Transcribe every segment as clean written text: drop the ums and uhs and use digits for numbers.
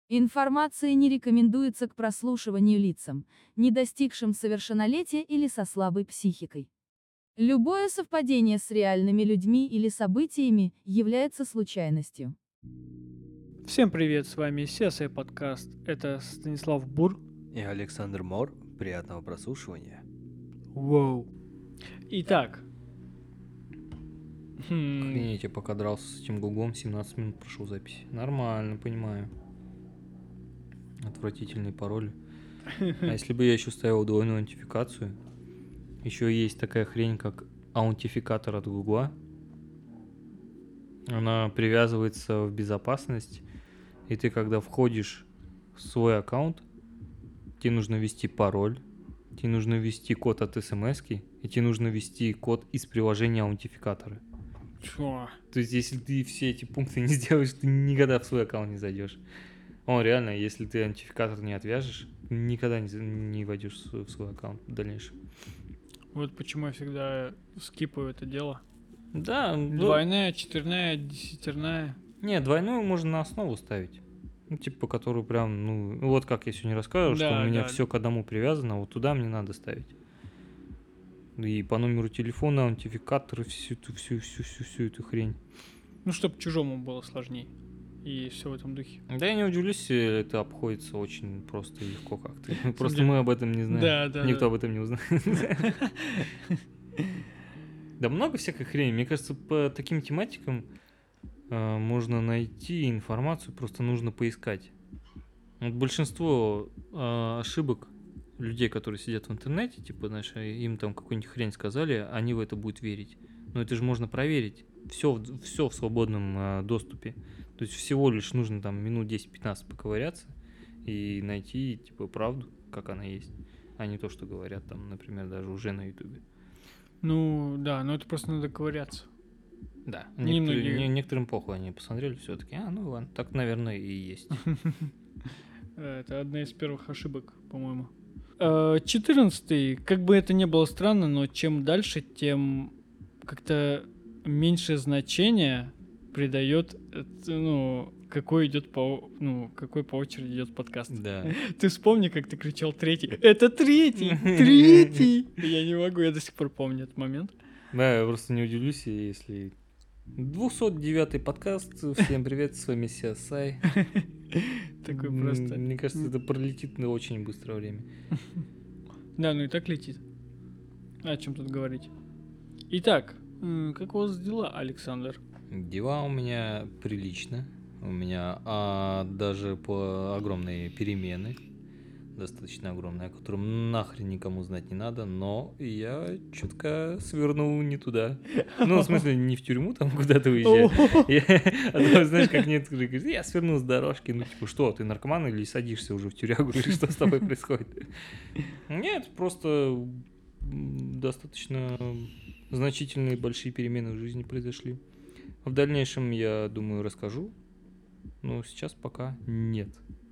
Информация не рекомендуется к прослушиванию лицам, не достигшим совершеннолетия или со слабой психикой. Любое совпадение с реальными людьми или событиями является случайностью. Всем привет, с вами CSI подкаст. Это Станислав Бур. И Александр Мор. Приятного прослушивания. Воу. Итак. Охренеть, я пока дрался с этим гуглом, 17 минут прошел записи. Нормально, понимаю. Отвратительный пароль. А если бы я еще ставил двойную аутентификацию, еще есть такая хрень, как аутентификатор от гугла. Она привязывается в безопасность, и ты, когда входишь в свой аккаунт, тебе нужно ввести пароль, тебе нужно ввести код от смс-ки, и тебе нужно ввести код из приложения аутентификатора. Чё? То есть, если ты все эти пункты не сделаешь, ты никогда в свой аккаунт не зайдешь. Он реально, если ты аутентификатор не отвяжешь, никогда не войдешь в свой аккаунт в дальнейшем. Вот почему я всегда скипаю это дело. Да. Двойная, четверная, десятерная. Не, двойную можно на основу ставить. Ну, типа, которую прям, ну, вот как я сегодня рассказывал, что у меня все к одному привязано, вот туда мне надо ставить. И по номеру телефона, аутентификатор, всю эту хрень. Ну, чтобы чужому было сложнее. И все в этом духе. Да, я не удивлюсь, это обходится очень просто и легко как-то. Просто мы об этом не знаем. Да. Никто об этом не узнает. Да много всякой хрени. Мне кажется, по таким тематикам можно найти информацию, просто нужно поискать. Вот большинство ошибок людей, которые сидят в интернете, типа, знаешь, им там какую-нибудь хрень сказали, они в это будут верить. Но это же можно проверить. Все в свободном доступе. То есть всего лишь нужно там минут 10-15 поковыряться и найти, типа, правду, как она есть, а не то, что говорят там, например, даже уже на Ютубе. Ну, да, но это просто надо ковыряться. Да, некоторым похуй они посмотрели, все-таки, ну ладно, так, наверное, и есть. Это одна из первых ошибок, по-моему. 14-й, как бы это ни было странно, но чем дальше, тем как-то меньше значения придает, ну, какой по очереди идет подкаст. Да. Ты вспомни, как ты кричал третий. Это третий! Я не могу, я до сих пор помню этот момент. Да, я просто не удивлюсь, если 209-й подкаст. Всем привет, с вами CSI. Такой просто. Мне кажется, это пролетит на очень быстрое время. Да, ну и так летит. О чем тут говорить? Итак, как у вас дела, Александр? Дела у меня прилично. У меня даже по огромные перемены. Достаточно огромные, о котором нахрен никому знать не надо, но я чутка свернул не туда. Ну, в смысле, не в тюрьму там куда-то уезжать. А то, знаешь, как некоторые говорят, я свернул с дорожки. Ну, типа, что, ты наркоман или садишься уже в тюрягу, или что с тобой происходит? Нет, просто достаточно значительные большие перемены в жизни произошли. В дальнейшем, я думаю, расскажу. Но сейчас пока нет.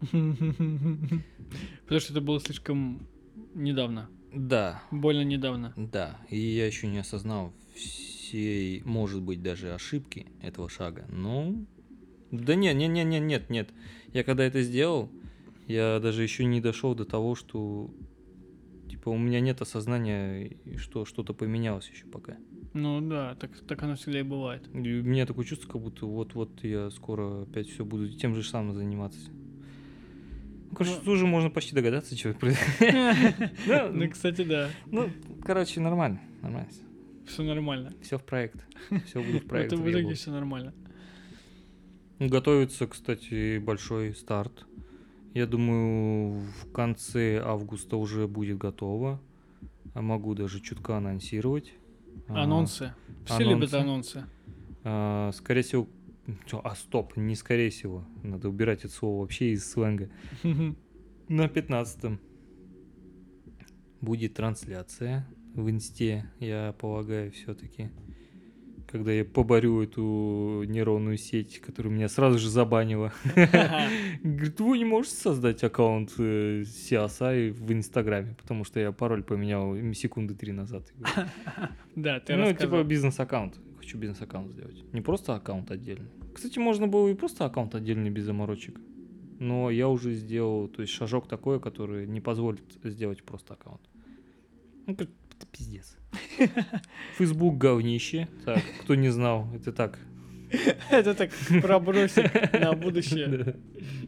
Потому что это было слишком недавно. Да. Больно недавно. Да. И я еще не осознал всей, может быть, даже ошибки этого шага. Но... Да нет. Я когда это сделал, я даже еще не дошел до того, что... Типа, у меня нет осознания, что что-то поменялось еще пока. Ну да, так оно всегда и бывает. И у меня такое чувство, как будто вот я скоро опять все буду тем же самым заниматься. Ну, короче, тут уже можно почти догадаться, что происходит. Ну, кстати, да. Ну, короче, нормально. Все нормально. Все в проект. Все будет в проект. Это в итоге все нормально. Готовится, кстати, большой старт. Я думаю, в конце августа уже будет готово. Могу даже чутка анонсировать. Анонсы. Все любят анонсы. Скорее всего... стоп, не скорее всего. Надо убирать это слово вообще из сленга. На 15-м будет трансляция в инсте, я полагаю, все-таки. Когда я поборю эту нейронную сеть, которая меня сразу же забанила. Говорит, вы не можете создать аккаунт CSI в Инстаграме, потому что я пароль поменял секунды 3 назад. Да, ты рассказал. Ну, типа бизнес-аккаунт. Хочу бизнес-аккаунт сделать. Не просто аккаунт отдельный. Кстати, можно было и просто аккаунт отдельный без заморочек. но я уже сделал, то есть шажок такой, который не позволит сделать просто аккаунт. Ну, как это пиздец. Facebook говнище. Так, кто не знал, это так. Это так пробросик на будущее.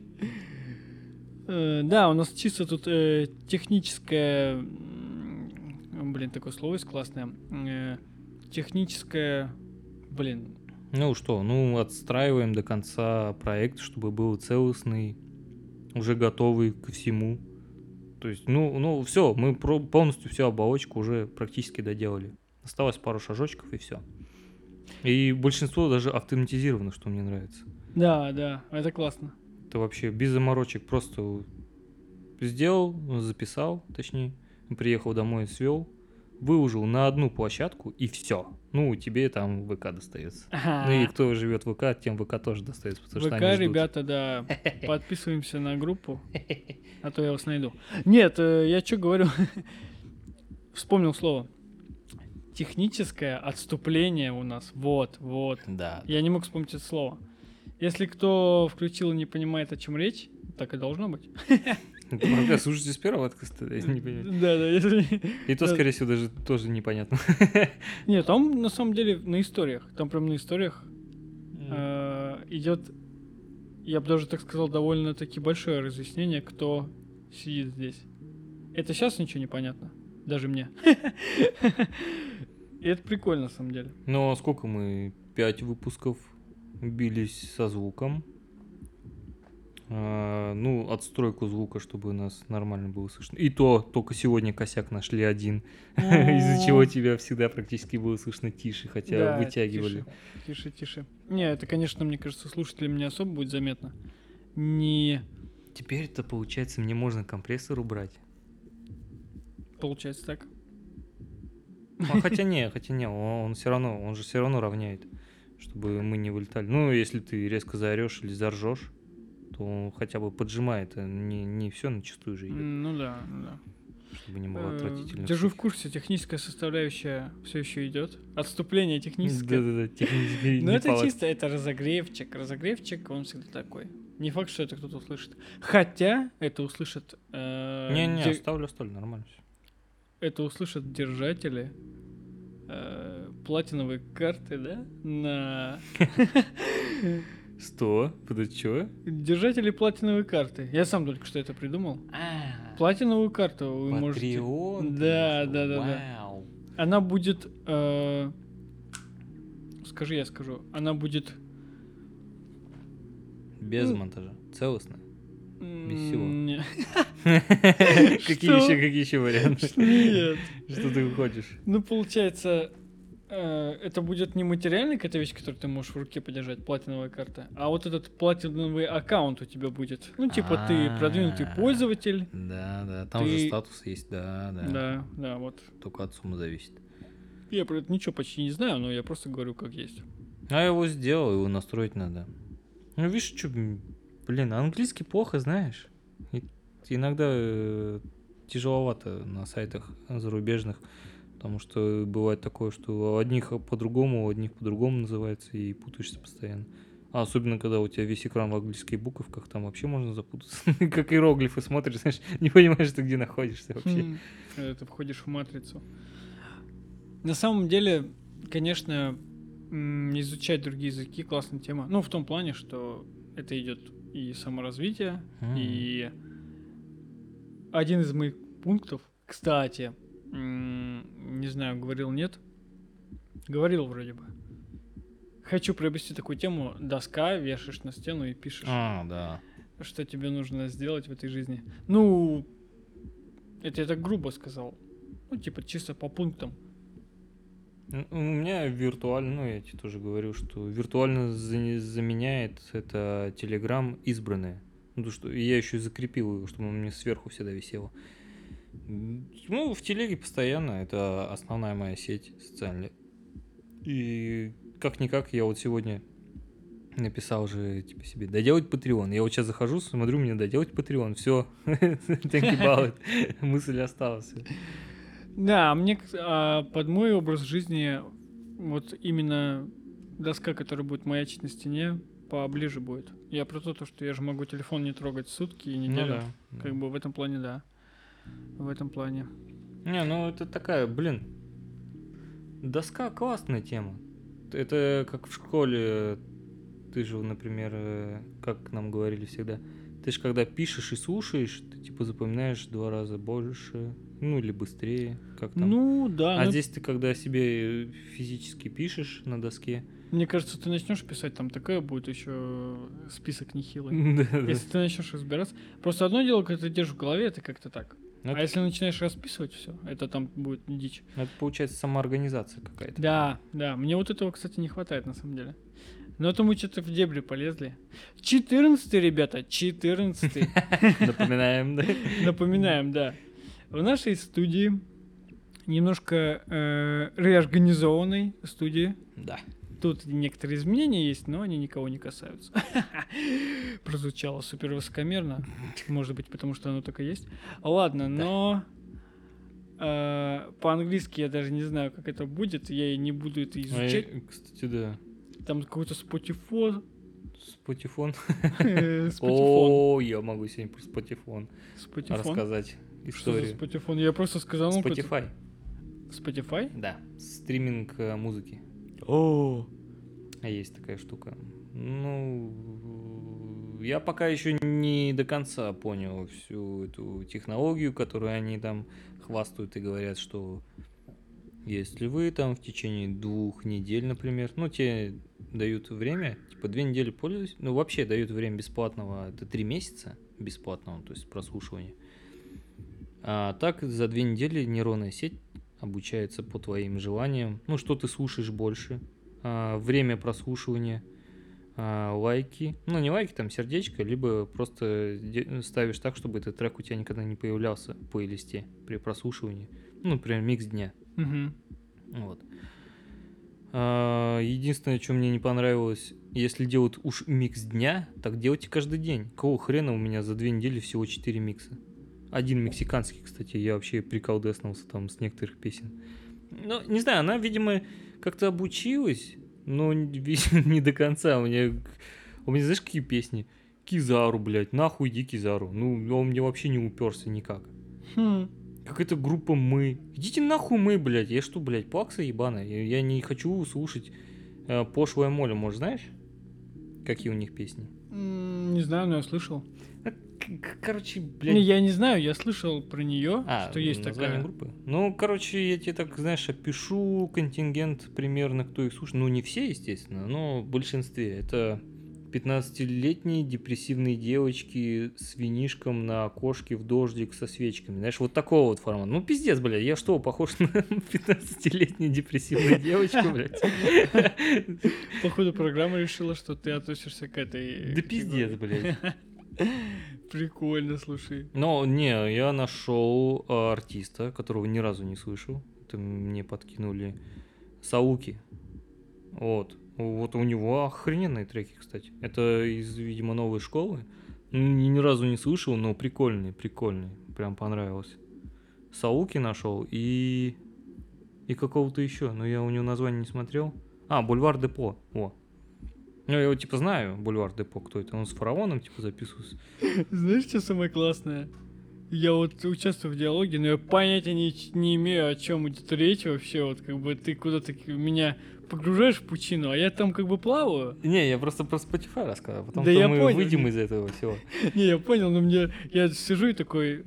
Да, у нас чисто тут техническое... Блин, такое слово есть классное. Техническое... Блин. Ну что, отстраиваем до конца проект, чтобы был целостный, уже готовый ко всему. То есть, все, мы полностью всю оболочку уже практически доделали. Осталось пару шажочков и все. И большинство даже автоматизировано, что мне нравится. Да, это классно. Это вообще без заморочек. Просто сделал, записал, точнее, приехал домой, свел, выложил на одну площадку и все. Тебе там ВК достается. Ну и кто живет в ВК, тем ВК тоже достается. Потому что ВК, они ждут. ребята, да, подписываемся на группу, а то я вас найду. Нет, я что говорю? Вспомнил слово. Техническое отступление у нас. Вот. Да. Я не мог вспомнить это слово. Если кто включил и не понимает, о чем речь, так и должно быть. Слушайте с первого подкаста, я не понимаю. Да. И то, скорее всего, даже тоже непонятно. Нет, там на самом деле на историях. Там прям на историях идет, я бы даже так сказал, довольно-таки большое разъяснение, кто сидит здесь. Это сейчас ничего не понятно. Даже мне. И это прикольно, на самом деле. Но сколько мы? 5 выпусков бились со звуком. Отстройку звука, чтобы нас нормально было слышно. И то только сегодня косяк нашли один, из-за чего тебя всегда практически было слышно тише, хотя вытягивали. Тише. Не, это, конечно, мне кажется, слушателям не особо будет заметно. Теперь это получается, мне можно компрессор убрать. Получается так. Хотя не, он же все равно равняет, чтобы мы не вылетали. Если ты резко заорешь или заржешь, то он хотя бы поджимает, не все начастую же идет. Ну да. Чтобы не было отвратительно. Держу в курсе, техническая составляющая все еще идет. Отступление техническое. Да, техническое. Но это чисто, это разогревчик. Разогревчик, он всегда такой. Не факт, что это кто-то услышит. Хотя это услышат... оставлю, нормально все. Это услышат держатели платиновые карты, да? На... Что? Подожди, что? Держатели платиновой карты. Я сам только что это придумал. Платиновую карту вы можете... Да. Вау. Она будет... Скажи, я скажу. Она будет... Без монтажа. Целостная. Без всего. Нет. Какие еще варианты? Нет. Что ты хочешь? Получается, это будет не материальная какая-то вещь, которую ты можешь в руке подержать, платиновая карта, а вот этот платиновый аккаунт у тебя будет. Ты продвинутый пользователь. Да, там же статус есть, да. Да, вот. Только от суммы зависит. Я про это ничего почти не знаю, но я просто говорю, как есть. А я его сделал, его настроить надо. Видишь, что... Блин, английский плохо знаешь. Иногда тяжеловато на сайтах зарубежных, потому что бывает такое, что у одних по-другому, у одних по-другому называется, и путаешься постоянно. А особенно, когда у тебя весь экран в английских буковках, там вообще можно запутаться. Как иероглифы смотришь, знаешь, не понимаешь, ты где находишься вообще. Когда ты входишь в матрицу. На самом деле, конечно, изучать другие языки классная тема. В том плане, что это идет и саморазвитие, и один из моих пунктов, кстати, не знаю, говорил, нет? Говорил вроде бы. Хочу приобрести такую тему, доска, вешаешь на стену и пишешь. Да. Что тебе нужно сделать в этой жизни. Это я так грубо сказал. Чисто по пунктам. У меня виртуально, я тебе тоже говорю, что виртуально заменяет это Telegram избранное. Что я еще и закрепил его, чтобы он мне сверху всегда висело. В телеге постоянно, это основная моя сеть социальная. И как-никак я вот сегодня написал же себе доделать Patreon. Я вот сейчас захожу, смотрю, мне доделать Patreon. Все, thank you, мысль осталась. Да, мне под мой образ жизни вот именно доска, которая будет маячить на стене, поближе будет. Я про то, что я же могу телефон не трогать сутки и Ну неделю. да. Как бы в этом плане, да. В этом плане. Не, ну это такая, блин, доска классная тема. Это как в школе, ты же, например, как нам говорили всегда, ты же когда пишешь и слушаешь, ты типа запоминаешь 2 раза больше, ну или быстрее, как там. Ну, да. А ну, здесь ты когда себе физически пишешь на доске, Мне кажется, ты начнешь писать, там такая будет еще список нехилый. да-да. Если ты начнешь разбираться. Просто одно дело, когда ты держишь в голове, это как-то так. Ну, А это- если начинаешь расписывать все, это там будет дичь. это получается самоорганизация какая-то. Да, да. Мне вот этого, кстати, не хватает на самом деле. Но это мы что-то в дебри полезли. 14-й, ребята, 14-й. Напоминаем, да? Напоминаем, да. В нашей студии, немножко реорганизованной студии, Да. тут некоторые изменения есть, но они никого не касаются. Прозвучало супер высокомерно. Может быть, потому что оно так и есть. Ладно, но по-английски я даже не знаю, как это будет. Я и не буду это изучать. Кстати, да. Там какой-то Spotify. Спотифон. Spotify. О, я могу сегодня про Спотифон Spotify. рассказать Что за историю. Spotify? Я просто сказал... ну, какой-то- Spotify. Spotify? Да. Стриминг музыки. О, Есть такая штука. Ну, я пока еще не до конца понял всю эту технологию, которую они там хвастают и говорят, что если вы там в течение 2 недель, например, ну, тебе дают время, типа 2 недели пользуюсь, ну, вообще дают время бесплатного, это 3 месяца бесплатного, то есть прослушивания. А так за 2 недели нейронная сеть обучается по твоим желаниям, ну, что ты слушаешь больше, время прослушивания, лайки, ну, не лайки, там сердечко, либо просто ставишь так, чтобы этот трек у тебя никогда не появлялся в плейлисте при прослушивании, ну, например, микс дня. мгм. Вот. Единственное, что мне не понравилось, если делать уж микс дня, так делайте каждый день. Какого хрена у меня за 2 недели всего 4 микса? Один мексиканский, кстати, я вообще приколдеснулся там с некоторых песен. Ну, не знаю, она, видимо, как-то обучилась, но не до конца. У меня, знаешь, какие песни? Кизару, блядь, нахуй иди Кизару. Ну, он мне вообще не уперся никак. Хм. Какая-то группа «Мы». Идите нахуй «Мы», блядь. Я что, блядь, плакса ебаная? Я не хочу слушать пошлая Молли. Может, знаешь, какие у них песни? Не знаю, но я слышал. Короче, Не, блядь. я не знаю, я слышал про нее, что есть название такая. группы? Ну, короче, я тебе так, знаешь, опишу контингент примерно, кто их слушает. Ну, не все, естественно, но в большинстве. Это 15-летние депрессивные девочки с винишком на окошке в дождик со свечками. Знаешь, вот такого вот формата. Ну, пиздец, блядь, я что, похож на 15-летнюю депрессивную девочку, блядь? Походу, программа решила, что ты относишься к этой... Да пиздец, блядь. Прикольно, слушай. Но, не, я нашел артиста, которого ни разу не слышал. Это мне подкинули Сауки. Вот. Вот у него охрененные треки, кстати. Это из, видимо, новой школы. Ни разу не слышал, но прикольный. Прям понравилось. Сауки нашел и какого-то еще, но я у него название не смотрел. Бульвар Депо. О. Ну, я его типа знаю, Бульвар Депо, кто это. Он с фараоном типа записывался. Знаешь, что самое классное? Я вот участвую в диалоге, но я понятия не имею, о чем идет речь вообще. Вот как бы ты куда-то меня погружаешь в пучину, а я там как бы плаваю. Не, я просто про Spotify рассказываю, потом Да я мы понял. выйдем из этого всего. Не, я понял, но я сижу и такой,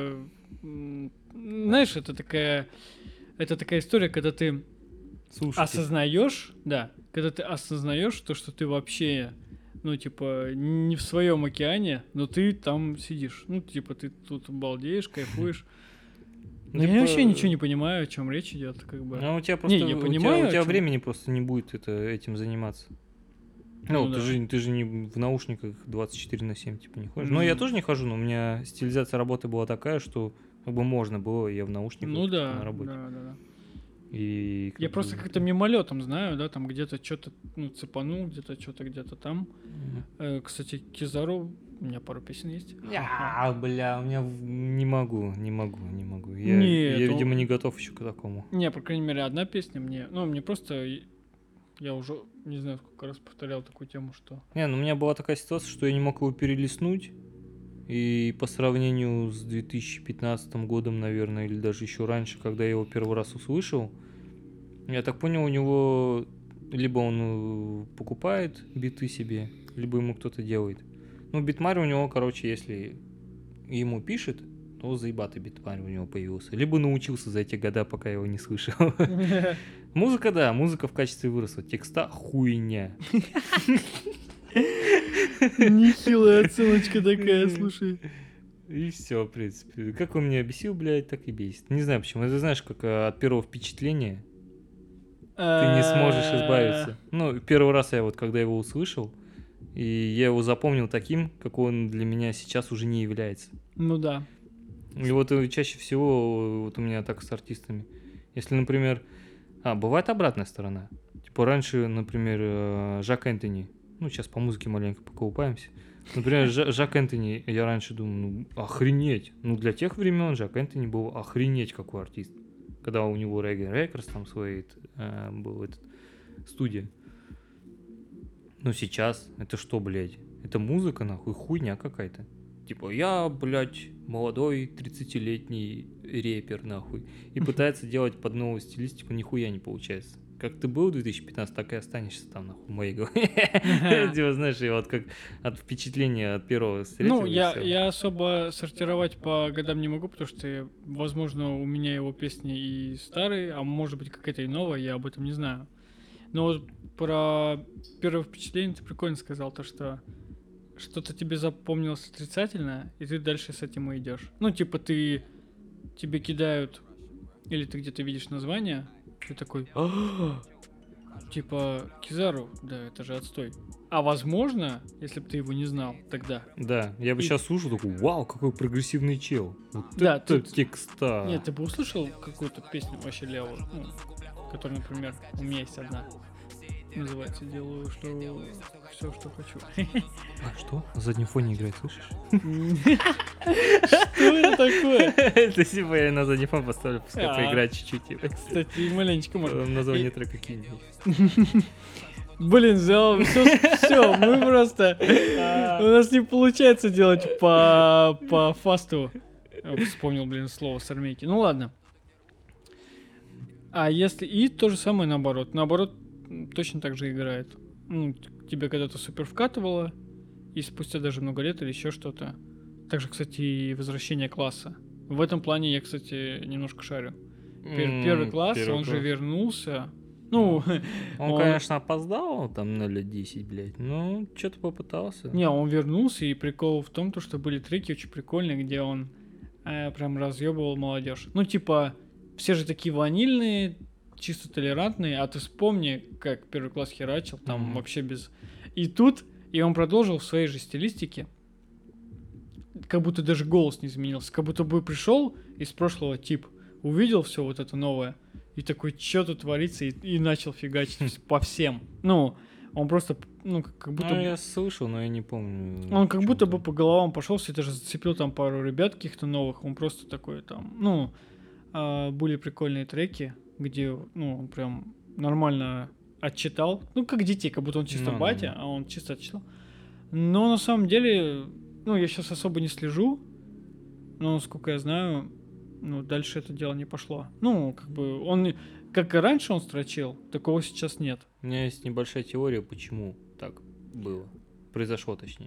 знаешь, это такая история, когда ты Слушайте. осознаешь, да, когда ты осознаешь то, что ты вообще, ну, типа, не в своем океане, но ты там сидишь. Ну, типа, ты тут балдеешь, кайфуешь. Но я вообще ничего не понимаю, о чем речь идет, как бы. Ну, у тебя просто я понимаю, у тебя о чём- времени просто не будет этим заниматься. Ну Ну, да. ты же не в наушниках 24/7 типа не ходишь. Ну, я тоже не хожу, но у меня стилизация работы была такая, что как бы можно было, я в наушниках Ну типа, да, на работе. да. И Я как просто бы- как-то мимолетом знаю, да, там где-то что-то, ну, цепанул, где-то там. Мгм. Кстати, Кизару, у меня пару песен есть. Бля, у меня не могу. Я, Нет, я он- видимо, не готов еще к такому. Не, по крайней мере, одна песня мне просто Я уже не знаю, сколько раз повторял такую тему, что... Не, ну у меня была такая ситуация, что я не мог его перелистнуть. И по сравнению с 2015 годом, наверное, или даже еще раньше, когда я его первый раз услышал, я так понял, у него либо он покупает биты себе, либо ему кто-то делает. Ну, битмарь у него, короче, если ему пишет, то заебатый битмарь у него появился. Либо научился за эти года, пока я его не слышал. Музыка, да, музыка в качестве выросла. Текста хуйня. Нехилая оценочка такая, слушай. И все, в принципе. Как он меня бесил, блядь, так и бесит. Не знаю почему. Это знаешь, как от первого впечатления ты не сможешь избавиться. Ну, первый раз я вот, когда его услышал, и я его запомнил таким, как он для меня сейчас уже не является. Ну да. И вот чаще всего вот у меня так с артистами. Если, например... бывает обратная сторона. Типа раньше, например, Жак Энтони. Ну, сейчас по музыке маленько поколупаемся. Например, Жак Энтони, я раньше думал, ну, охренеть. Ну, для тех времен Жак Энтони был охренеть какой артист. Когда у него Reggae Records, там свой был этот студия. Но сейчас, это что, блядь? Это музыка, нахуй, хуйня какая-то. Типа, я, блядь, молодой 30-летний репер, нахуй. И пытается делать под новую стилистику, нихуя не получается. Как ты был в 2015, так и останешься там, нахуй, в моей голове. Типа, знаешь, я вот как от впечатления от первого встретил. Ну, я особо сортировать по годам не могу, потому что, возможно, у меня его песни и старые, а может быть какая-то и новая, я об этом не знаю. Но вот про первое впечатление ты прикольно сказал, то что что-то тебе запомнилось отрицательно, и ты дальше с этим и идешь. Ну, типа, тебе кидают, или ты где-то видишь название, ты такой, типа, Кизару, да, это же отстой. А возможно, если бы ты его не знал тогда. Да, я бы сейчас слушал, такой, вау, какой прогрессивный чел. Вот Да, это текста. Нет, ты бы услышал какую-то песню вообще левую, ну, которая, например, у меня есть одна. Называется «Делаю все, что хочу». А что? На заднем фоне играет, слышишь? Что это такое? Это типа я на задний фон поставлю, пускай поиграть чуть-чуть. Кстати, маленечко можно. Название трека кинь. Блин, все, мы просто... У нас не получается делать по фасту. Вспомнил, блин, слово с армейки. Ну ладно. А если... И то же самое наоборот. Наоборот, точно так же играет. Ну, тебе когда-то супер вкатывало, и спустя даже много лет или еще что-то. Также, кстати, и возвращение класса. В этом плане я, кстати, немножко шарю. Первый класс, он же вернулся. Ну, он, конечно, опоздал там на лет 10, блядь, но что-то попытался. Не, он вернулся, и прикол в том, что были треки очень прикольные, где он прям разъебывал молодежь. Ну, типа, все же такие ванильные, чисто толерантные, а ты вспомни, как первый класс херачил, там вообще без... И тут, и он продолжил в своей же стилистике, как будто даже голос не изменился, как будто бы пришел из прошлого тип, увидел все вот это новое, и такой, что тут творится, и начал фигачить по всем. Ну, он просто, ну, как будто... Ну, я слышал, но я не помню. Он как будто бы по головам пошел, все это же зацепил там пару ребят каких-то новых, он просто такой там, ну, были прикольные треки, где, ну, он прям нормально отчитал. Ну, как детей, как будто он чисто батя, а он чисто отчитал. Но на самом деле, ну, я сейчас особо не слежу, но, насколько я знаю, ну, дальше это дело не пошло. Ну, как бы, он, как и раньше он строчил, такого сейчас нет. У меня есть небольшая теория, почему так было. Произошло, точнее.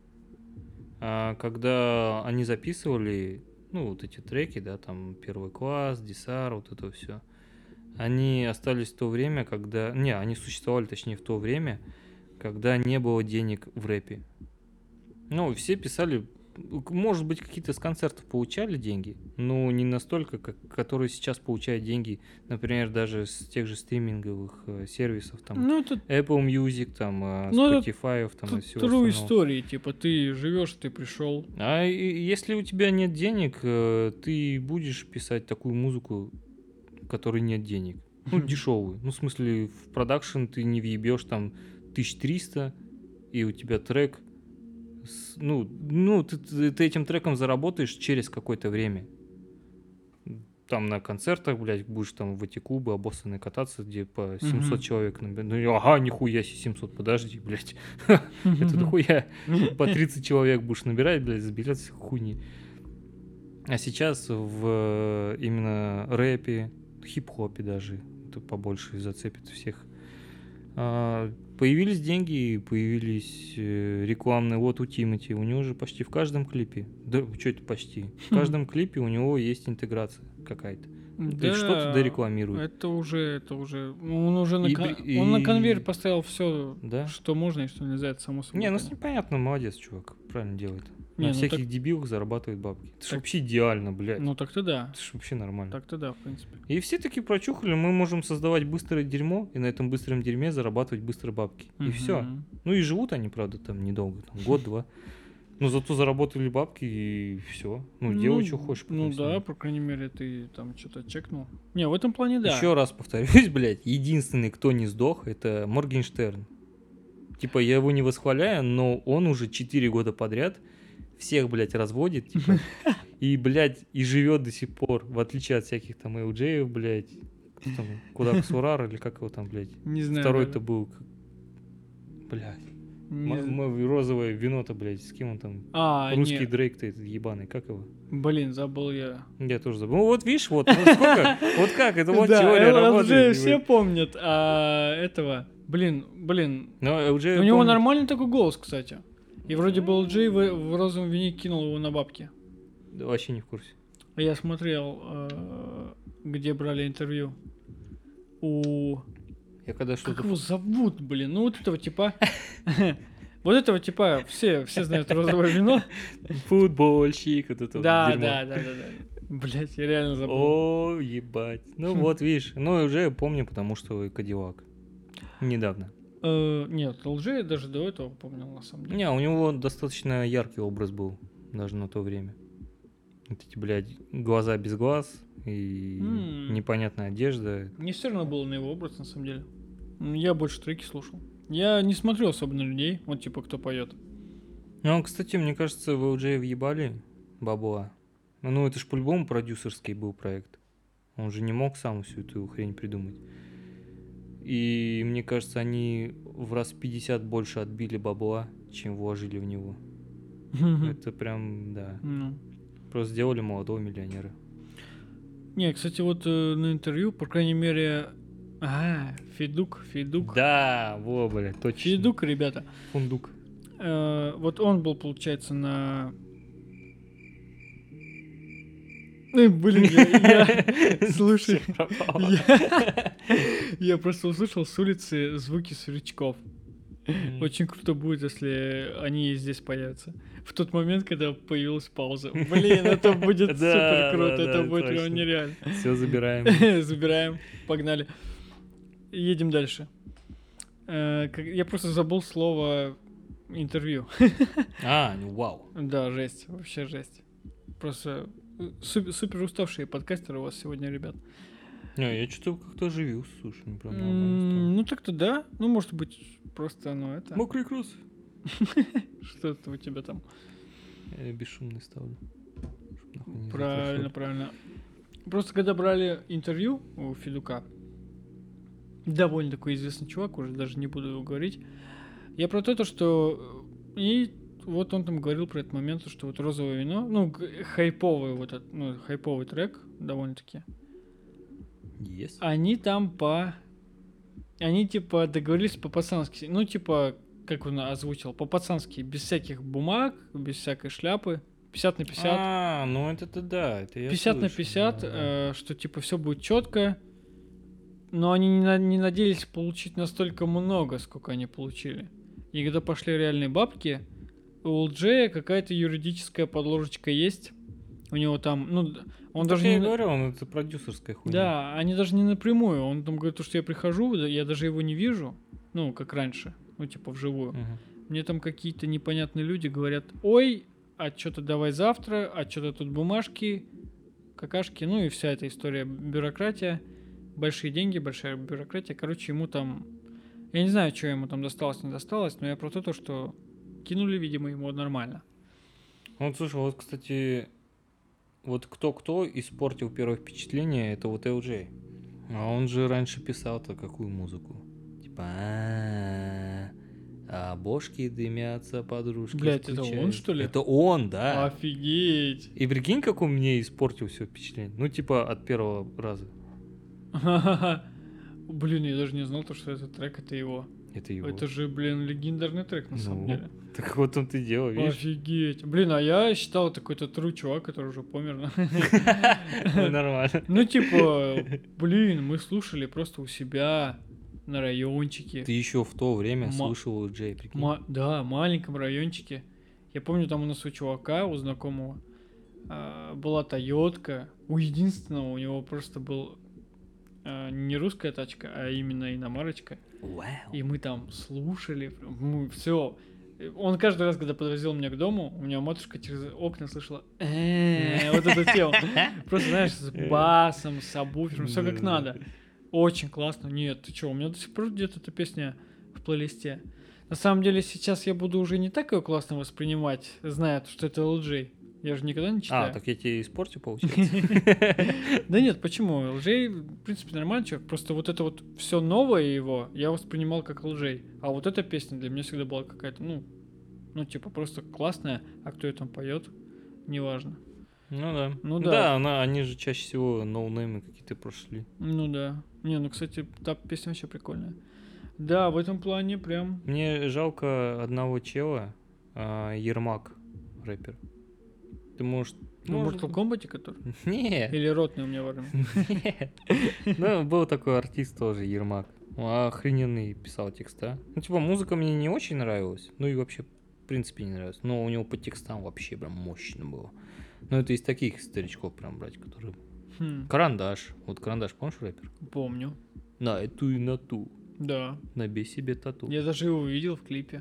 Когда они записывали, ну, вот эти треки, да, там, первый класс, Дисар, вот это все, они остались в то время, когда... Не, они существовали, точнее, в то время, когда не было денег в рэпе. Ну, все писали... Может быть, какие-то с концертов получали деньги, но не настолько, как которые сейчас получают деньги, например, даже с тех же стриминговых сервисов, там, ну, это... Apple Music, там, Spotify, там, и всего True остального. истории, типа, ты живешь, ты пришел. А если у тебя нет денег, ты будешь писать такую музыку, в которой нет денег. Ну, дешевую. Ну, в смысле, в продакшн ты не въебешь там 1300, и у тебя трек... Ну, ты этим треком заработаешь через какое-то время. там на концертах, блядь, будешь там в эти клубы обоссанные кататься, где по 700 Мгм. человек. Ну, ага, нихуя себе 700, подожди, блядь. Это дохуя. По 30 человек будешь набирать, блядь, заберется хуйни. А сейчас в именно рэпе, хип-хопе даже, это побольше зацепит всех. Появились деньги, появились рекламные. Вот у Тимати, у него же почти в каждом клипе, да, что это почти? В каждом клипе у него есть интеграция какая-то. То есть что-то Да, дорекламирует. это уже, он уже И он на и- конвейер поставил все, Да? что можно и что нельзя, это само собой. Не, ну с понятно. ним понятно, молодец, чувак, правильно делает. Не, На ну всяких так- дебилах зарабатывает бабки. Это ж так- вообще идеально, блядь. Ну так-то да, Это ж вообще нормально. так-то да, в принципе. И все таки прочухали, мы можем создавать быстрое дерьмо, и на этом быстром дерьме зарабатывать быстро бабки. И все. Мгм. Ну и живут они, правда, там недолго, там, год-два. Но зато заработали бабки и все. Ну, делай, что хочешь. Ну потом с да, ними. по крайней мере, ты там что-то чекнул. Не, в этом плане да. Еще раз повторюсь, блядь, единственный, кто не сдох, это Моргенштерн. Типа, я его не восхваляю, но он уже 4 года подряд всех, блядь, разводит, типа, и, блядь, и живет до сих пор, в отличие от всяких там LJ, блядь, кто там, Кудак Сурар или как его там, блядь. Не знаю. Второй-то даже. был, блядь, Не з- розовое вино-то, блядь, с кем он там? А, Русский нет. Дрейк-то этот ебаный, как его? Блин, забыл я. Я тоже забыл. Ну вот видишь, вот сколько, вот как, это вот Да, теория LJ работает. все помнят, а этого... Блин, Но LJ у него помнит. нормальный такой голос, кстати. И вроде бы LJ в розовом вине кинул его на бабки. Да, вообще не в курсе. Я смотрел, где брали интервью у... Я когда Как что-то... его зовут, блин? Ну вот этого типа... Вот этого типа все знают розовое вино. Футбольщик, вот это вот Да. дерьмо. Блять, я реально забыл. О, ебать. Ну вот, видишь. Ну, уже я помню, потому что Кадиллак. Недавно. Нет, LJ я даже до этого помнил, на самом деле. Не, у него достаточно яркий образ был, даже на то время. Вот эти, блядь, глаза без глаз и непонятная одежда. Мне все равно было на его образ, на самом деле. Я больше треки слушал. Я не смотрел особо на людей, вот типа кто поет. Ну, кстати, мне кажется, в LJ въебали бабла. Ну, это ж по-любому продюсерский был проект. Он же не мог сам всю эту хрень придумать. И мне кажется, они в раз 50 больше отбили бабла, чем вложили в него. Это прям, да. Ну. Просто сделали молодого миллионера. Не, кстати, вот на интервью, по крайней мере... Федук. Да, во, бля, точно. Федук, ребята. Фундук. Вот он был, получается, на... Блин, я... Слушай, я просто услышал с улицы звуки сверчков. Очень круто будет, если они здесь появятся. В тот момент, когда появилась пауза. Блин, это будет супер круто, это будет прям нереально. Все, забираем. Забираем, погнали. Едем дальше. Я просто забыл слово интервью. Вау. Да, жесть, вообще жесть. Просто супер уставшие подкастеры у вас сегодня, ребят. Не, я что-то как-то оживился, слушай, не прям нормально Ну так-то да. Ну, может быть, просто, ну это... стало. Мокрый кросс. Что-то у тебя там. Я бесшумный ставлю. чтоб нахуй не Правильно, затрашивать. правильно. Просто когда брали интервью у Федука, довольно такой известный чувак, уже даже не буду его говорить, я про то, что... И вот он там говорил про этот момент, что вот розовое вино, ну, хайповый вот этот, ну, хайповый трек, довольно-таки. Yes. Они там Они типа договорились по-пацански. Ну, типа, как он озвучил, по-пацански, без всяких бумаг, без всякой шляпы. 50 на 50. Ну это да, это я 50 на слышал, 50, да. что типа все будет четко. Но они не надеялись получить настолько много, сколько они получили. И когда пошли реальные бабки, у LJ какая-то юридическая подложечка есть. У него там, ну, он Ну, даже так я не... и говорю, он это продюсерская хуйня. Да, они даже не напрямую. Он там говорит, что я прихожу, я даже его не вижу. Ну, как раньше. Ну, типа, вживую. Мгм. Мне там какие-то непонятные люди говорят, ой, а что-то давай завтра, а что-то тут бумажки, какашки, ну и вся эта история, бюрократия, большие деньги, большая бюрократия. Короче, ему там, я не знаю, что ему там досталось, не досталось, но я про то, что кинули, видимо, ему нормально. Вот, слушай, вот, кстати, вот кто-кто испортил первое впечатление, это вот LJ. А он же раньше писал-то какую музыку? Типа, бошки дымятся, подружки Блядь, это он, скучают. что ли? Это он, да. Офигеть. И прикинь, как он мне испортил все впечатление. Ну, типа, от первого раза. Блин, я даже не знал, что этот трек это его. Это его. Это же, блин, легендарный трек на самом Ну, деле. Так вот он ты делал, видишь? Офигеть. Блин, а я считал, это какой-то true чувак, который уже помер. Ну, нормально. Ну, типа, блин, мы слушали просто у себя на райончике. Ты еще в то время Ма- слушал Джей, прикинь. Да, маленьком райончике. Я помню, там у нас у чувака, у знакомого, была Тойотка. У единственного у него просто был не русская тачка, а именно иномарочка. Вау. И мы там слушали, все. Он каждый раз, когда подвозил меня к дому, у меня матушка через окна слышала вот эту тему. Просто, знаешь, с басом, с сабвуфером, все как надо. Очень классно. Нет, ты что, у меня до сих пор где-то эта песня в плейлисте. На самом деле, сейчас я буду уже не так ее классно воспринимать, зная, что это LJ. Я же никогда не читаю. Так я тебе испортил, получается? Да нет, почему? LJ, в принципе, нормальный человек. Просто вот это вот все новое его я воспринимал как LJ. А вот эта песня для меня всегда была какая-то, ну, типа, просто классная, а кто ее там поет, неважно. Ну да. Ну да. Да, они же чаще всего ноунеймы какие-то прошли. Ну да. Не, ну, кстати, та песня вообще прикольная. Да, в этом плане прям... Мне жалко одного чела, Ермак, рэпер. Ты можешь... В Mortal Kombat, который? Нет. Или ротный у меня в армии? Нет. Ну, был такой артист тоже, Ермак. Охрененный писал текста. Ну, типа, музыка мне не очень нравилась. Ну и вообще, в принципе, не нравилась. Но у него по текстам вообще прям мощно было. Ну, это из таких старичков прям брать, которые... Карандаш. Вот Карандаш, помнишь рэпер? Помню. На эту и на ту. Да. Набей себе тату. Я даже его увидел в клипе.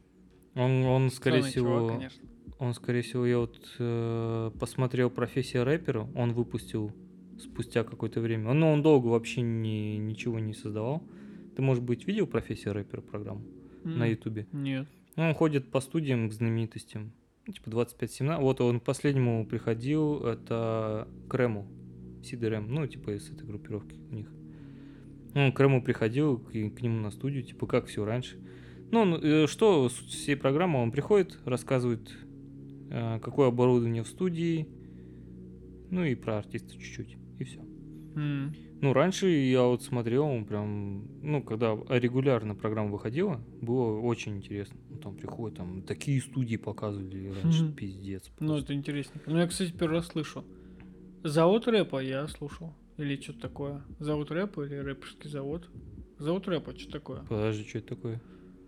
Он скорее Странный всего... чувак, конечно. Он, скорее всего, я вот посмотрел «Профессия рэпера», он выпустил спустя какое-то время. Но он долго вообще ничего не создавал. Ты, может быть, видел «Профессия рэпера» программу на Ютубе? Нет. Ну, он ходит по студиям к знаменитостям. Ну, типа 25-17. Вот он к последнему приходил, это к Рэму. Сид и Рэм, ну, типа из этой группировки у них. Он к Рэму приходил, к нему на студию, типа как все раньше. Ну, что суть всей программы? Он приходит, рассказывает, какое оборудование в студии, ну и про артиста чуть-чуть, и все. Ну, раньше я вот смотрел, он прям, ну, когда регулярно программа выходила, было очень интересно. Ну, там приходят, там такие студии показывали раньше, пиздец. Просто. Ну, это интересненько. Ну, я, кстати, первый раз слышу. Завод рэпа я слушал. Или что-то такое. Завод рэпа или рэперский завод. Завод рэпа, что такое? Подожди, что это такое?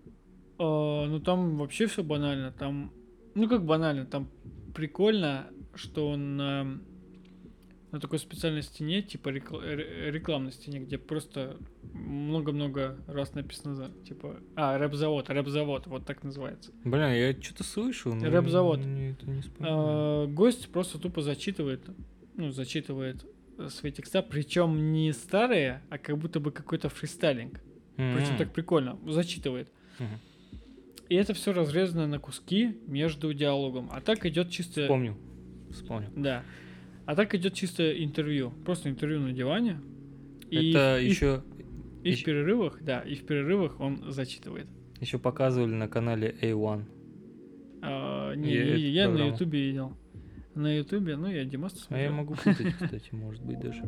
Ну, там вообще все банально. Там, ну, как банально, там прикольно, что он на такой специальной стене, типа рекламной стене, где просто много-много раз написано, типа, рэп-завод, вот так называется. Блин, я что-то слышал, но Рэп-завод. это не вспоминаю. Гость просто тупо зачитывает свои текста, причем не старые, а как будто бы какой-то фристайлинг. Причем так прикольно, зачитывает. И это все разрезано на куски между диалогом. А так идет чисто... Вспомнил. Да. А так идет чисто интервью. Просто интервью на диване. Это еще... И в перерывах он зачитывает. Еще показывали на канале A1. Я на Ютубе видел. На Ютубе, ну, я Димаса смотрел. А я могу путать, кстати, может быть, даже.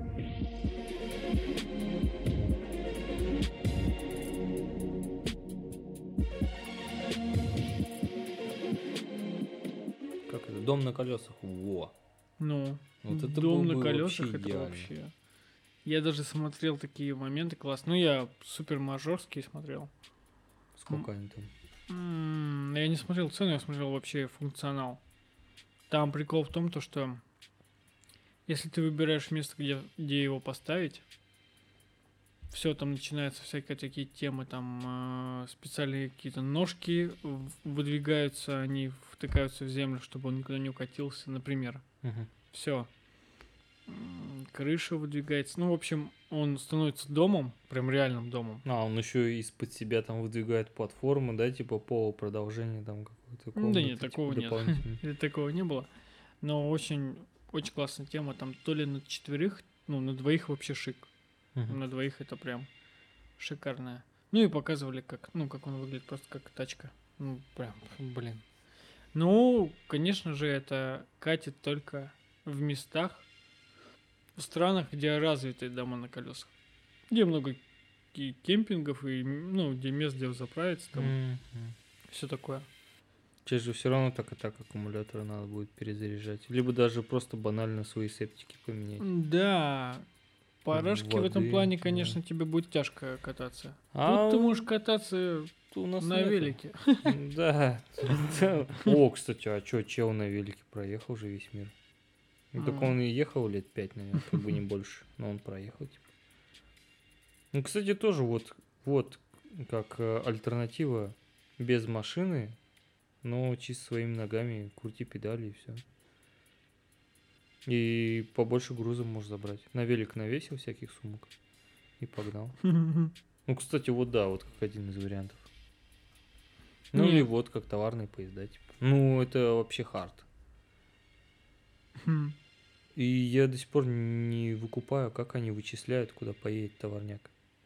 Как это? Дом на колесах. Во. Ну, вот это дом был на бы колесах, вообще это идеально. вообще. Я даже смотрел такие моменты класс. Ну, я супер мажорские смотрел. Сколько они там? Я не смотрел цену, я смотрел вообще функционал. Там прикол в том, что если ты выбираешь место, где его поставить, все, там начинаются всякие такие темы, там специальные какие-то ножки выдвигаются, они втыкаются в землю, чтобы он никуда не укатился, например. Все. Крыша выдвигается. Ну, в общем, он становится домом, прям реальным домом. Он еще из-под себя там выдвигает платформу, да, типа по продолжению там какой-то комнаты. Да нет, такого нет. Такого не было. Но очень очень классная тема. Там то ли на 4, ну, на 2 вообще шик. Мгм. На 2 это прям шикарная. Ну и показывали, как он выглядит просто как тачка. Ну, прям, блин. Ну, конечно же, это катит только в местах, в странах, где развиты дома на колесах. Где много кемпингов и, ну, где мест, где заправиться, там Мгм. все такое. Тебе же все равно так и так аккумуляторы надо будет перезаряжать. Либо даже просто банально свои септики поменять. Да, парашки в этом Воды, плане, да. конечно, тебе будет тяжко кататься. А Тут ты можешь кататься у нас на нету. велике. Да. Да. О, кстати, а чё, чел на велике проехал же весь мир. Ну, так Ага. он и ехал лет 5, наверное, как бы не больше. Но он проехал, типа. Ну, кстати, тоже вот как альтернатива без машины, но чисто своими ногами крути педали и все. И побольше груза можешь забрать. На велик навесил всяких сумок и погнал. Ну, кстати, вот да, вот как один из вариантов. Ну, или Не. вот как товарные поезда, типа. Ну, это вообще хард. Хм. И я до сих пор не выкупаю, как они вычисляют, куда поедет товарняк.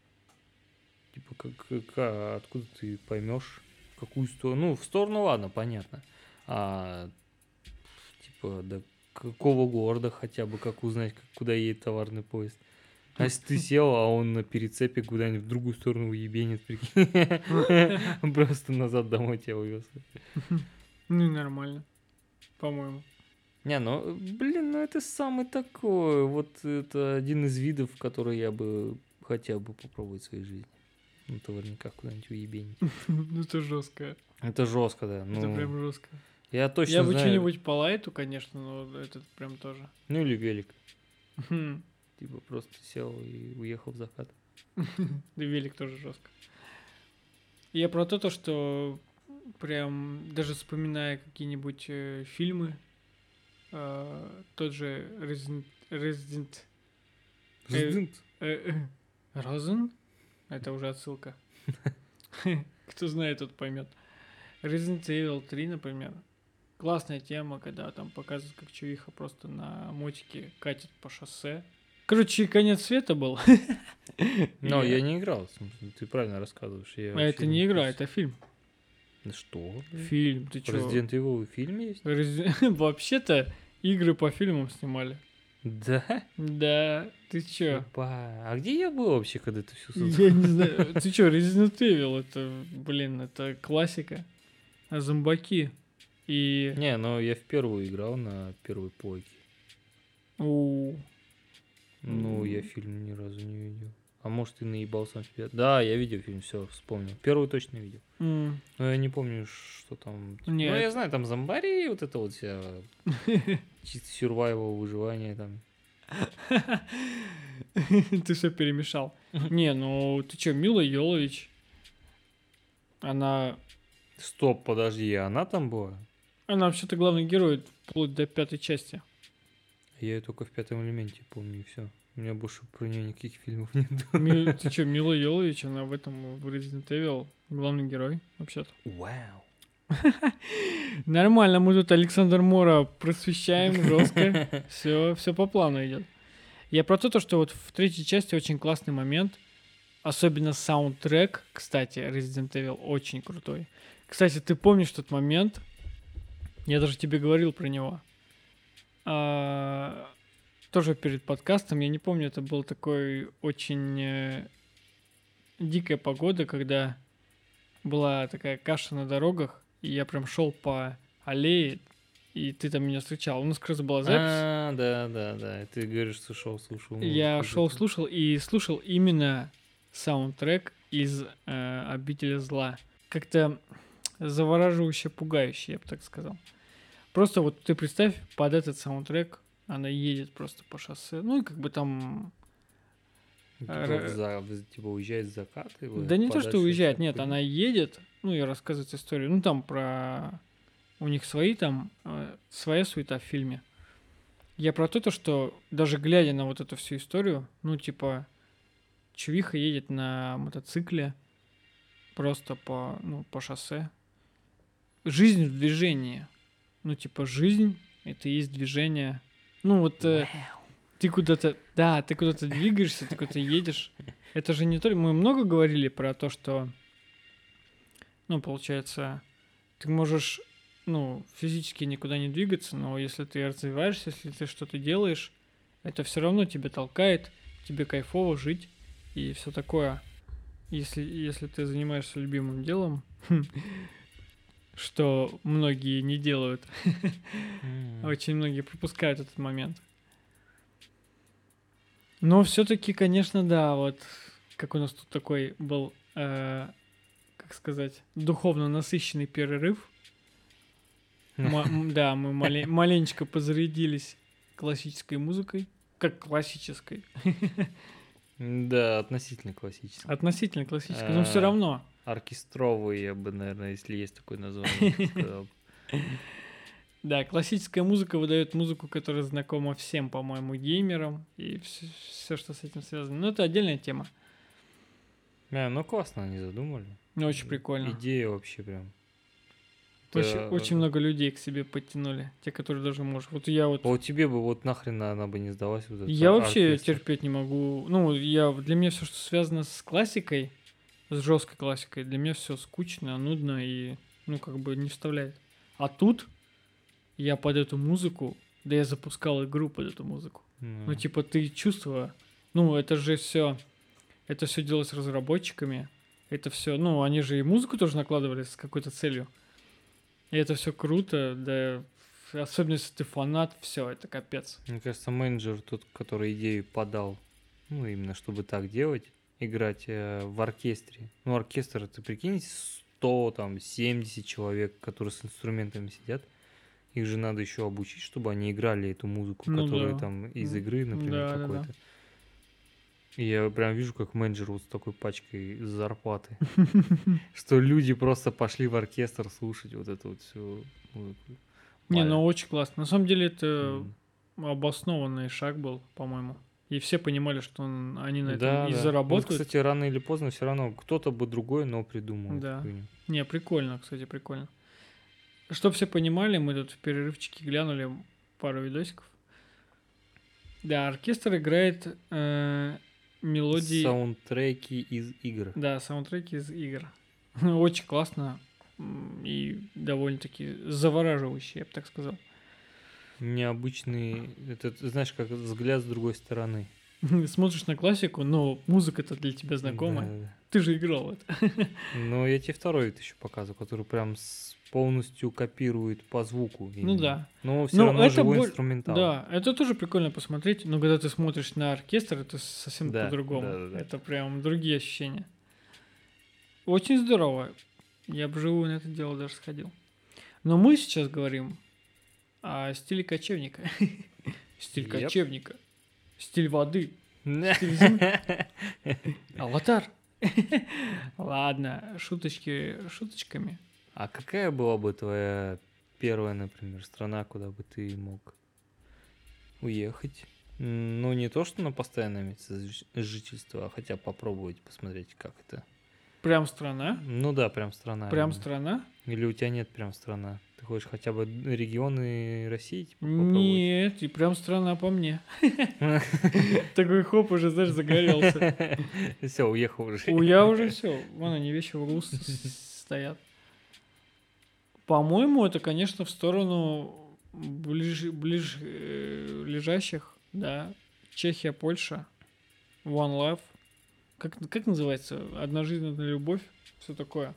Типа, откуда ты поймешь, в какую сторону. Ну, в сторону, ладно, понятно. А типа, до какого города хотя бы, как узнать, куда едет товарный поезд. А если ты сел, а он на перецепе куда-нибудь в другую сторону уебенит, прикинь. Просто назад домой тебя увез. Ну, нормально, по-моему. Не, ну, блин, ну это самый такой. Вот это один из видов, который я бы хотел бы попробовать в своей жизни. Ну, товарняка куда-нибудь уебенить. Ну, это жестко. Это жестко, да. Это Ну, прям жестко. я точно Я бы знаю. что-нибудь по лайту, конечно, но этот прям тоже. Ну, или велик. Хм. Типа, просто сел и уехал в закат. Да велик тоже жестко. Я про то, что прям даже вспоминая какие-нибудь фильмы, тот же Resident Resident. Розен? Это уже отсылка. Кто знает, тот поймет. Resident Evil 3, например. Классная тема, когда там показывают, как чувиха просто на мотике катит по шоссе. Короче, конец света был. Но И- я не играл, в смысле, ты правильно рассказываешь. Я А вообще это не игра, в курсе. это фильм. Да что? Фильм, ты чё? Resident Evil фильм есть? Вообще-то игры по фильмам снимали. Да? Да, ты чё? Опа. А где я был вообще, когда это все создал? Я не знаю. Ты чё, Resident Evil, это, блин, это классика. А зомбаки. И... Не, но я в первую играл на первой плойке. У, Ну, я фильм ни разу не видел. А может, и наебал сам себя. Да, я видел фильм, все, вспомнил. Первую точно видел. м, Но я не помню, что там. Ну, Нет. я знаю, там зомбари, вот это вот вся чисто survival, выживание там. Ты все перемешал. Не, ну ты чё, Мила Йолович. Она Стоп, подожди, она там была? вообще-то главный герой вплоть до 5-й части. Я ее только в пятом элементе помню, и все. У меня больше про нее никаких фильмов нет. Ты чё, Мила Йолович, она в этом, в Resident Evil главный герой, вообще-то. Вау. Нормально, мы тут Александр Мора просвещаем жестко. Все по плану идет. Я про то, что вот в 3-й части очень классный момент. Особенно саундтрек, кстати, Resident Evil очень крутой. Кстати, ты помнишь тот момент? Я даже тебе говорил про него. Тоже перед подкастом. Я не помню, это был такой очень дикая погода, когда была такая каша на дорогах, и я прям шел по аллее, и ты там меня встречал. У нас как раз была запись. А, да. Ты говоришь, что слушал. Я музыку шел, где-то. слушал и слушал именно саундтрек из «Обители зла». Как-то завораживающе пугающе, я бы так сказал. Просто вот ты представь, под этот саундтрек она едет просто по шоссе. Ну и как бы там... Типа уезжает с заката? Да не то, что уезжает, нет, она она едет, ну и рассказывает историю. Ну там про... У них свои там, своя суета в фильме. Я про то, что даже глядя на вот эту всю историю, ну типа, чувиха едет на мотоцикле просто по шоссе. Жизнь в движении. Ну типа, жизнь — это и есть движение. Ну вот ты куда-то, да, ты куда-то двигаешься, ты куда-то едешь. Это же не только... Мы много говорили про то, что, ну, получается, ты можешь, ну, физически никуда не двигаться, но если ты развиваешься, если ты что-то делаешь, это все равно тебя толкает, тебе кайфово жить и все такое. Если ты занимаешься любимым делом, что многие не делают, очень многие пропускают этот момент. Но все-таки, конечно, да, вот как у нас тут такой был, как сказать, духовно насыщенный перерыв. Да, мы маленечко позарядились классической музыкой. Как классической. Да, относительно классический. Относительно классической, но все равно. Оркестровый, я бы, наверное, если есть такое название, сказал. Да, классическая музыка выдает музыку, которая знакома всем, по-моему, геймерам и все, что с этим связано. Но это отдельная тема. Ну классно они задумали. Очень прикольно. Идея вообще прям. Очень много людей к себе подтянули, те, которые даже можешь. Вот я вот... А вот тебе бы вот нахрен она бы не сдалась. Вот Я вообще терпеть не могу. Ну, для меня все, что связано с классикой, с жесткой классикой, для меня все скучно, нудно и, ну, как бы не вставляет. А тут я под эту музыку, да я запускал игру под эту музыку. Ну, типа, ты чувства, ну, это все делалось разработчиками, это все, ну, они же и музыку тоже накладывали с какой-то целью. И это все круто, да, особенно если ты фанат, все, это капец. Мне кажется, менеджер тот, который идею подал, ну, именно чтобы так делать, играть в оркестре. Ну, оркестр, это прикинь, 100, там, 70 человек, которые с инструментами сидят. Их же надо еще обучить, чтобы они играли эту музыку, Ну которая да. там из игры, например, Да, какой-то. И я прям вижу, как менеджер вот с такой пачкой зарплаты. Что люди просто пошли в оркестр слушать вот эту вот всю музыку. Не, ну очень классно. На самом деле это обоснованный шаг был, по-моему. И все понимали, что они на этом и заработают. Вот, кстати, рано или поздно все равно кто-то бы другой, но придумал. Да. Не, прикольно, кстати, прикольно. Чтоб все понимали, мы тут в перерывчике глянули пару видосиков. Да, оркестр играет мелодии... Саундтреки из игр. Да, саундтреки из игр. Очень классно и довольно-таки завораживающий, я бы так сказал. Необычный, это, знаешь, как взгляд с другой стороны. Смотришь на классику, но музыка-то для тебя знакомая. Да. Ты же играл в это. Ну, я тебе второй еще показываю, который прям полностью копирует по звуку. Именно. Ну да. Но все равно это живой инструментал. Да, это тоже прикольно посмотреть, но когда ты смотришь на оркестр, это совсем по-другому. Да. Это прям другие ощущения. Очень здорово. Я бы живую на это дело даже сходил. Но мы сейчас говорим о стиле кочевника. Стиль кочевника. Стиль воды. Стиль земли. Аватар. Ладно, шуточки шуточками. А какая была бы твоя первая, например, страна, куда бы ты мог уехать? Ну, не то, что на постоянное место жительства, а хотя бы попробовать посмотреть, как это. Прям страна? Ну да, прям страна. Прям страна? Или у тебя нет прям страна? Ты хочешь хотя бы регионы России типа, попробовать? Нет, и прям страна по мне. Такой хоп, уже, знаешь, загорелся. Все, уехал уже. Я уже все. Вон они вещи в углу стоят. По-моему, это, конечно, в сторону ближе лежащих, да. Чехия, Польша, One Love. Как называется? Одна жизнь, одна любовь. Все такое.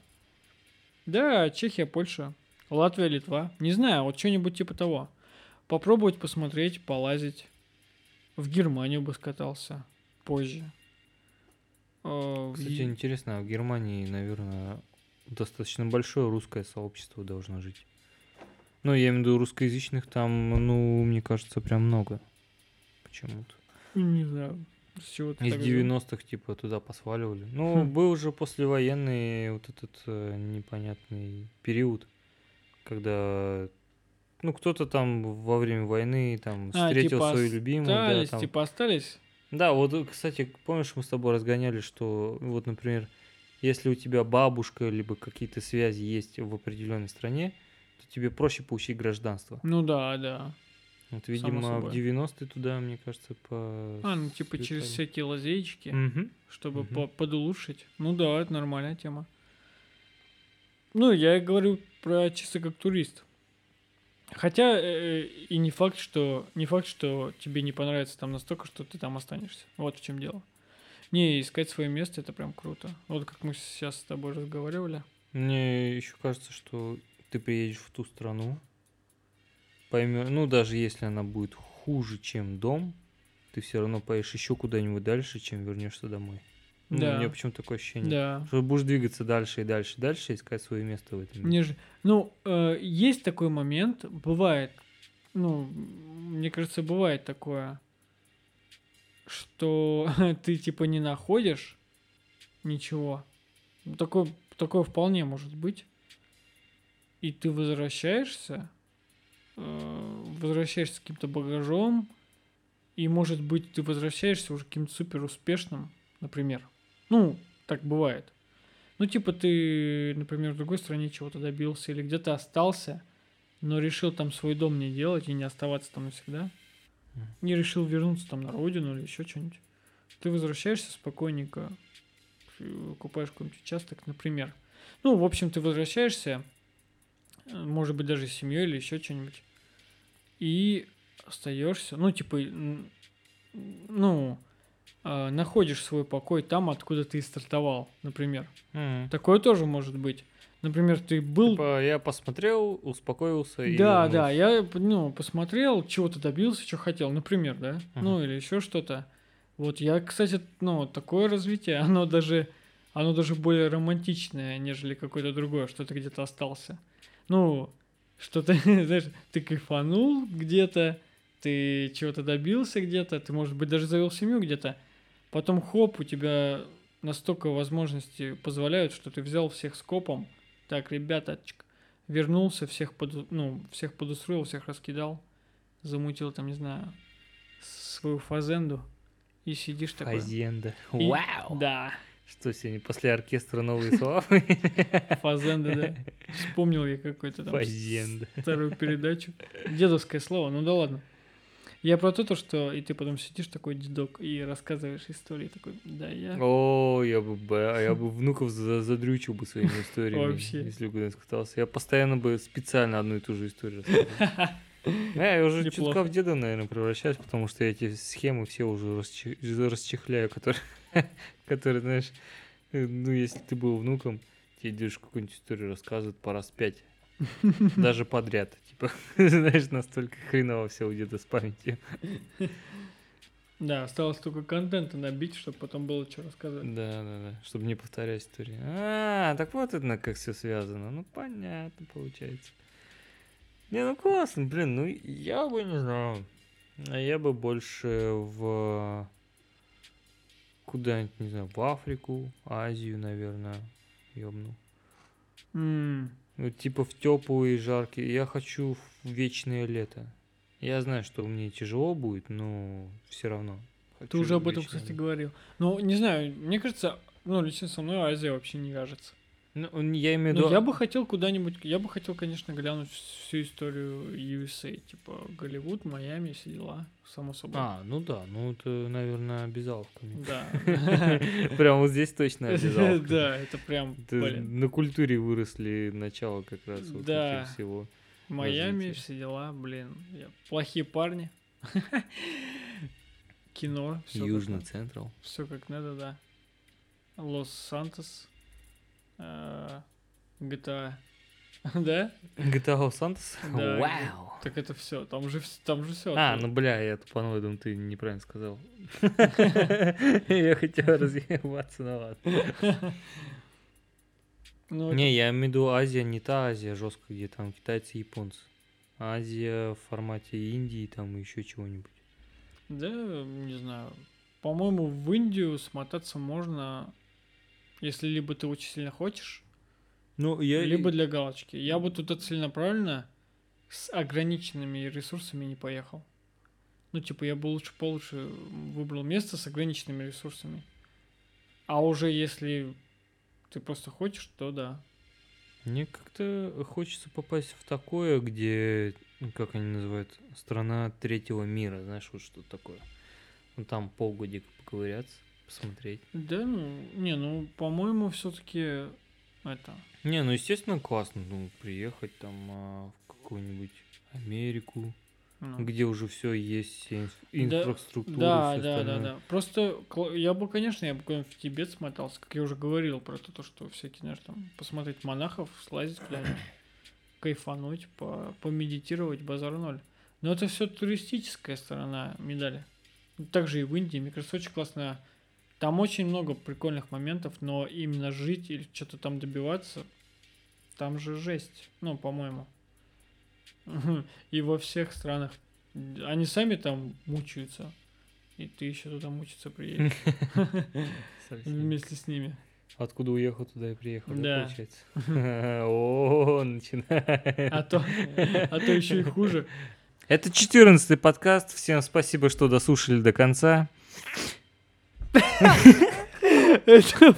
Да, Чехия, Польша, Латвия, Литва. Не знаю, вот что-нибудь типа того. Попробовать посмотреть, полазить. В Германию бы скатался позже. Кстати, интересно, в Германии, наверное, достаточно большое русское сообщество должно жить. Ну, я имею в виду русскоязычных там, ну, мне кажется, прям много. Почему-то. Не знаю. С чего ты из 90-х, типа, туда посваливали. Ну, был же послевоенный вот этот непонятный период, когда, ну, кто-то там во время войны там встретил типа свою любимую. Остались, да, там... Типа остались? Да, вот, кстати, помнишь, мы с тобой разгоняли, что вот, например, если у тебя бабушка либо какие-то связи есть в определенной стране, то тебе проще получить гражданство. Ну да, да. Вот, само видимо, в собой. 90-е туда, мне кажется, по... Ну, типа через всякие лазейчики, Мгм. чтобы Мгм. подулучшить. Ну да, это нормальная тема. Ну, я и говорю про чисто как турист. Хотя и не факт, что тебе не понравится там настолько, что ты там останешься. Вот в чем дело. Не, искать свое место это прям круто. Вот как мы сейчас с тобой разговаривали. Мне еще кажется, что ты приедешь в ту страну, поймешь, ну, даже если она будет хуже, чем дом, ты все равно поедешь еще куда-нибудь дальше, чем вернешься домой. Ну, у меня Да, почему-то такое ощущение. да. Что будешь двигаться дальше и дальше, и дальше, искать свое место в этом мире. Ну, есть такой момент, бывает, ну, мне кажется, бывает такое, что ты типа не находишь ничего. Такое вполне может быть. И ты возвращаешься с каким-то багажом, и, может быть, ты возвращаешься уже каким-то супер успешным, например. Ну, так бывает. Ну, типа ты, например, в другой стране чего-то добился, или где-то остался, но решил там свой дом не делать и не оставаться там навсегда. Не решил вернуться там на родину или еще что-нибудь. Ты возвращаешься спокойненько, купаешь какой-нибудь участок, например. Ну, в общем, ты возвращаешься, может быть, даже с семьей или еще что-нибудь, и остаешься, ну, типа, ну, находишь свой покой там, откуда ты стартовал, например. Такое тоже может быть. Например, ты был... Типа, я посмотрел, успокоился и Да, вернулся. да, я, посмотрел, чего-то добился, что хотел, например, да, Ага. ну, или еще что-то. Вот я, кстати, такое развитие, оно даже более романтичное, нежели какое-то другое, что ты где-то остался. Ну, что ты, знаешь, ты кайфанул где-то, ты чего-то добился где-то, ты, может быть, даже завел семью где-то, потом хоп, у тебя настолько возможности позволяют, что ты взял всех скопом. Так, ребята, вернулся, всех подустроил, всех раскидал, замутил там, не знаю, свою фазенду и сидишь такой. Фазенда. И- Вау! Да, Что сегодня после оркестра новые слова? фазенда, да. Вспомнил я какой-то там Фазенда. старую передачу. Дедовское слово, ну да ладно. Я про то, что и ты потом сидишь такой дедок и рассказываешь истории такой, да, я О, я бы внуков задрючил бы своими историями, Вообще. если бы куда-нибудь катался. Я постоянно бы специально одну и ту же историю рассказывал. Я уже чутка Неплохо. в деда, наверное, превращаюсь, потому что я эти схемы все уже расчехляю, которые, знаешь, ну, если ты был внуком, тебе дедушка какую-нибудь историю рассказывает по раз 5. Даже подряд. Типа, знаешь, настолько хреново все у деда с памятью. Да, осталось только контента набить, чтобы потом было что рассказывать. Да. Чтобы не повторять истории. Так вот это как все связано. Ну, понятно, получается. Не, ну классно, блин, ну я бы не знаю. А я бы больше в куда-нибудь, не знаю, в Африку, Азию, наверное, ёбну. Ну, типа в теплые, жаркие. Я хочу в вечное лето. Я знаю, что мне тяжело будет, но все равно. Ты хочу уже об этом, вечное кстати, лето. говорил. Ну, не знаю, мне кажется, лично со мной Азия вообще не вяжется. Ну, я имею в Ну, виду... я бы хотел конечно, глянуть всю историю USA, типа Голливуд, Майами, все дела, само собой. ну да, ну это, наверное, обязаловка. Да. Прям вот здесь точно обязаловка. Да, это прям, Это блин. на культуре выросли начало как раз вот Да. этих всего. Майами, развития. все дела, блин. Плохие парни. Кино, все Южный Централ. Все как надо, да. Лос-Сантос. GTA. Да? GTA Los Santos? Да. Вау! Так это все. Там же все. Ну бля, я тупанул, я думаю, ты неправильно сказал. Я хотел разъебаться, ну ладно. Ну, Не, я имею в виду Азия, не та Азия жесткая, где там китайцы и японцы. Азия в формате Индии там и еще чего-нибудь. да, не знаю. По-моему, в Индию смотаться можно, если либо ты очень сильно хочешь, Ну, либо для галочки. Я бы туда целенаправленно с ограниченными ресурсами не поехал. Ну, типа, я бы получше выбрал место с ограниченными ресурсами. А уже если ты просто хочешь, то да. Мне как-то хочется попасть в такое, где как они называют, страна третьего мира, знаешь, вот что такое. Ну, там полгодика поковыряться, посмотреть. Да, ну, по-моему, все-таки это... Не, ну, естественно, классно, ну, приехать там в какую-нибудь Америку, ну. где уже все есть, все инфраструктура, Да, всё да, да, остальное. да. Просто я бы куда-нибудь в Тибет смотался, как я уже говорил про то, что всякие, знаешь, там, посмотреть монахов, слазить куда-нибудь, кайфануть, помедитировать, базар ноль. Но это все туристическая сторона медали. Также и в Индии. Мне кажется, очень классно. Там очень много прикольных моментов, но именно жить или что-то там добиваться, там же жесть. Ну, по-моему. И во всех странах. Они сами там мучаются. И ты еще туда мучиться приедешь Совсем. вместе с ними. Откуда уехал, туда и приехал, да, Да. получается? О, начинает. А то еще и хуже. Это 14-й подкаст. Всем спасибо, что дослушали до конца. Это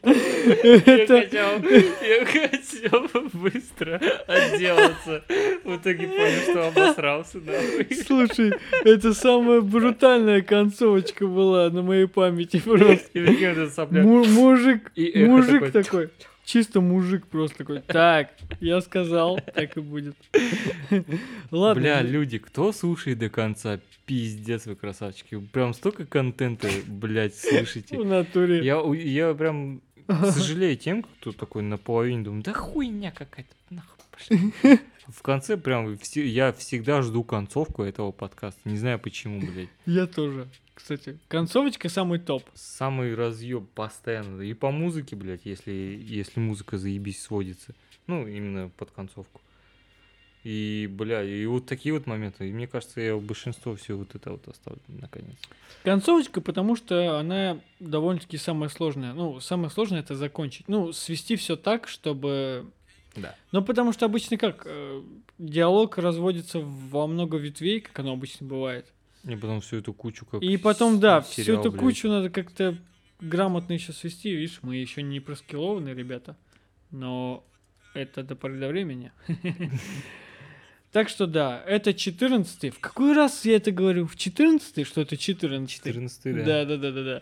Я хотел быстро отделаться. В итоге понял, что обосрался, нахуй. Слушай, это самая брутальная концовочка была на моей памяти просто. И прикинь, вот этот сопляк. Мужик, И эхо мужик такое. такой, чисто мужик просто такой. Так, я сказал, так и будет. Ладно. Бля, люди, кто слушает до конца? Пиздец вы красавчики. Прям столько контента, блядь, слышите. В натуре. Я прям сожалею тем, кто такой наполовине думает, да хуйня какая-то, нахуй пошли. В конце прям я всегда жду концовку этого подкаста. Не знаю почему, блядь. Я тоже. Кстати, концовочка самый топ. Самый разъеб постоянно. И по музыке, блядь, если музыка заебись сводится. Ну, именно под концовку. И, бля, и вот такие вот моменты. И мне кажется, я большинство всего вот это вот оставлю наконец. Концовочка, потому что она довольно-таки самая сложная. Ну, самое сложное это закончить. Ну, свести все так, чтобы... Да. Ну, потому что обычно как? Диалог разводится во много ветвей, как оно обычно бывает. И потом всю эту кучу как И потом, да, всю сериал, эту блядь. кучу надо как-то грамотно еще свести. Видишь, мы еще не проскиллованные ребята. Но это до поры до времени. Так что да, это 14-й. В какой раз я это говорю? В 14-й, что это 14-й? 14-й, да. Да.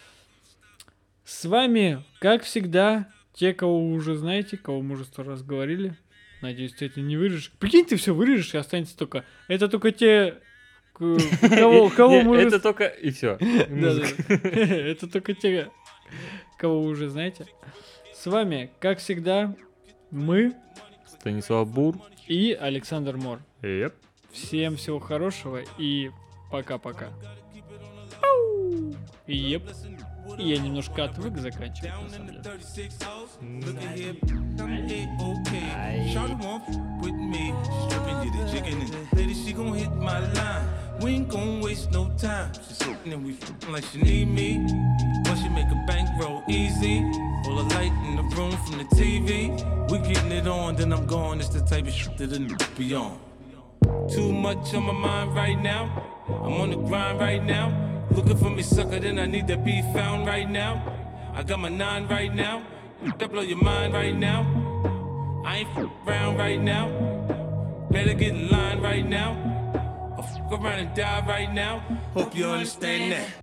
С вами, как всегда, те, кого вы уже знаете, кого мы уже 100 раз говорили. Надеюсь, ты это не вырежешь. Прикинь, ты все вырежешь, и останется только... Это только те, кого Не, мы... это только... И все. Да. Это только те, кого вы уже знаете. С вами, как всегда, мы Станислав Бур. и Александр Мор. Yep. Всем всего хорошего и пока-пока. Еп. И я немножко отвык заканчивать, на самом деле. Look at here, I'm A-OK. Shawty won't with me. Stripping, get it chicken and lady, she gon' hit my line. We ain't gon' waste no time. She's sitting and we f***ing like she need me. But she make a bankroll easy. All the light in the room from the TV. We getting it on, then I'm gone. It's the type of shit that a n***a be on. Too much on my mind right now. I'm on the grind right now. Looking for me, sucker, then I need to be found right now. I got my 9 right now. That blow your mind right now. I ain't f around right now. Better get in line right now. Or f around and die right now. Hope you understand that.